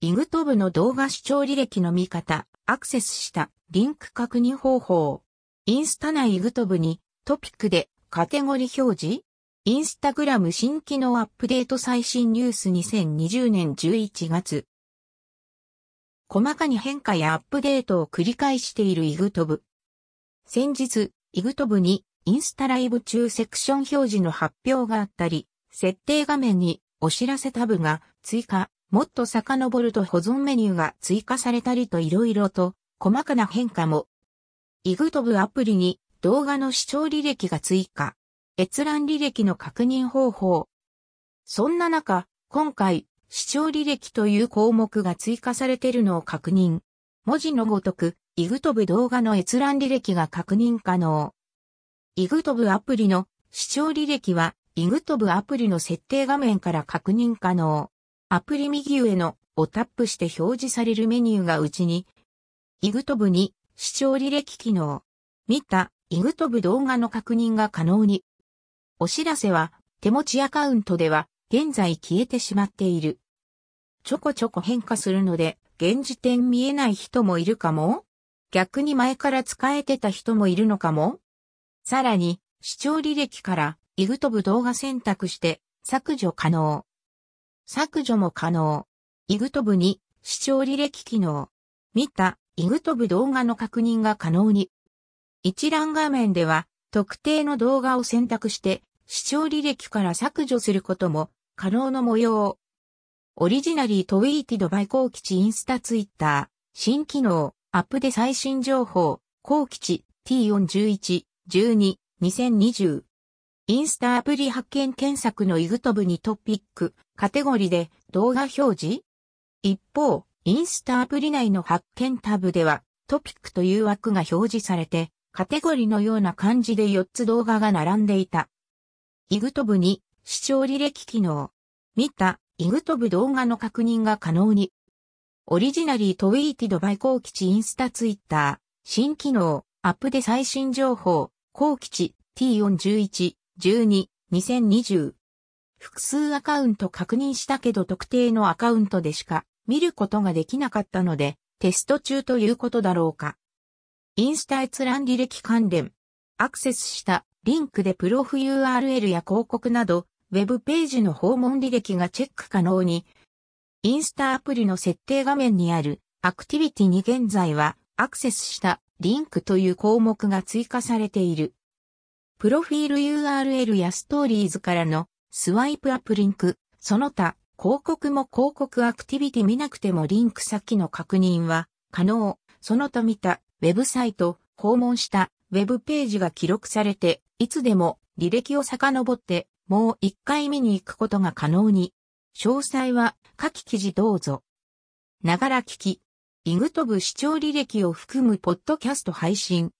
イグトブの動画視聴履歴の見方、アクセスしたリンク確認方法。インスタ内イグトブにトピックでカテゴリ表示。インスタグラム新機能アップデート最新ニュース2020年11月。細かに変化やアップデートを繰り返しているイグトブ。先日、イグトブにインスタライブ中セクション表示の発表があったり、設定画面にお知らせタブが追加、もっと遡ると保存メニューが追加されたりと色々と細かな変化も。イグトブアプリに動画の視聴履歴が追加。閲覧履歴の確認方法。そんな中、今回、視聴履歴という項目が追加されているのを確認。文字のごとく、イグトブ動画の閲覧履歴が確認可能。イグトブアプリの視聴履歴は、イグトブアプリの設定画面から確認可能。アプリ右上のをタップして表示されるメニューがうちに、イグトブに視聴履歴機能。見た、イグトブ動画の確認が可能に。お知らせは、手持ちアカウントでは、現在消えてしまっている。ちょこちょこ変化するので、現時点見えない人もいるかも？逆に前から使えてた人もいるのかも？さらに、視聴履歴から、イグトブ動画選択して、削除可能。削除も可能。イグトブに、視聴履歴機能。見た、イグトブ動画の確認が可能に。一覧画面では、特定の動画を選択して、視聴履歴から削除することも可能の模様。オリジナリートウィーティドバイコウキチインスタツイッター、新機能、アップで最新情報、コウキチ T411、12、2020。インスタアプリ発見検索のイグトブにトピック、カテゴリで動画表示。一方、インスタアプリ内の発見タブではトピックという枠が表示されて、カテゴリのような感じで4つ動画が並んでいた。イグトブに視聴履歴機能。見た、イグトブ動画の確認が可能に。オリジナリートウィーティドバイコウキチインスタツイッター、新機能、アップで最新情報、コウキチ T411、12、2020。複数アカウント確認したけど特定のアカウントでしか見ることができなかったので、テスト中ということだろうか。インスタ閲覧履歴関連。アクセスしたリンクでプロフ URL や広告など、ウェブページの訪問履歴がチェック可能に。インスタアプリの設定画面にあるアクティビティに現在はアクセスしたリンクという項目が追加されている。プロフィール URL やストーリーズからのスワイプアップリンク、その他広告も広告アクティビティ見なくてもリンク先の確認は可能。その他見たウェブサイト、訪問したウェブページが記録されて、いつでも履歴を遡ってもう一回見に行くことが可能に。詳細は下記記事どうぞ。ながら聞き。イグトブ視聴履歴を含むポッドキャスト配信。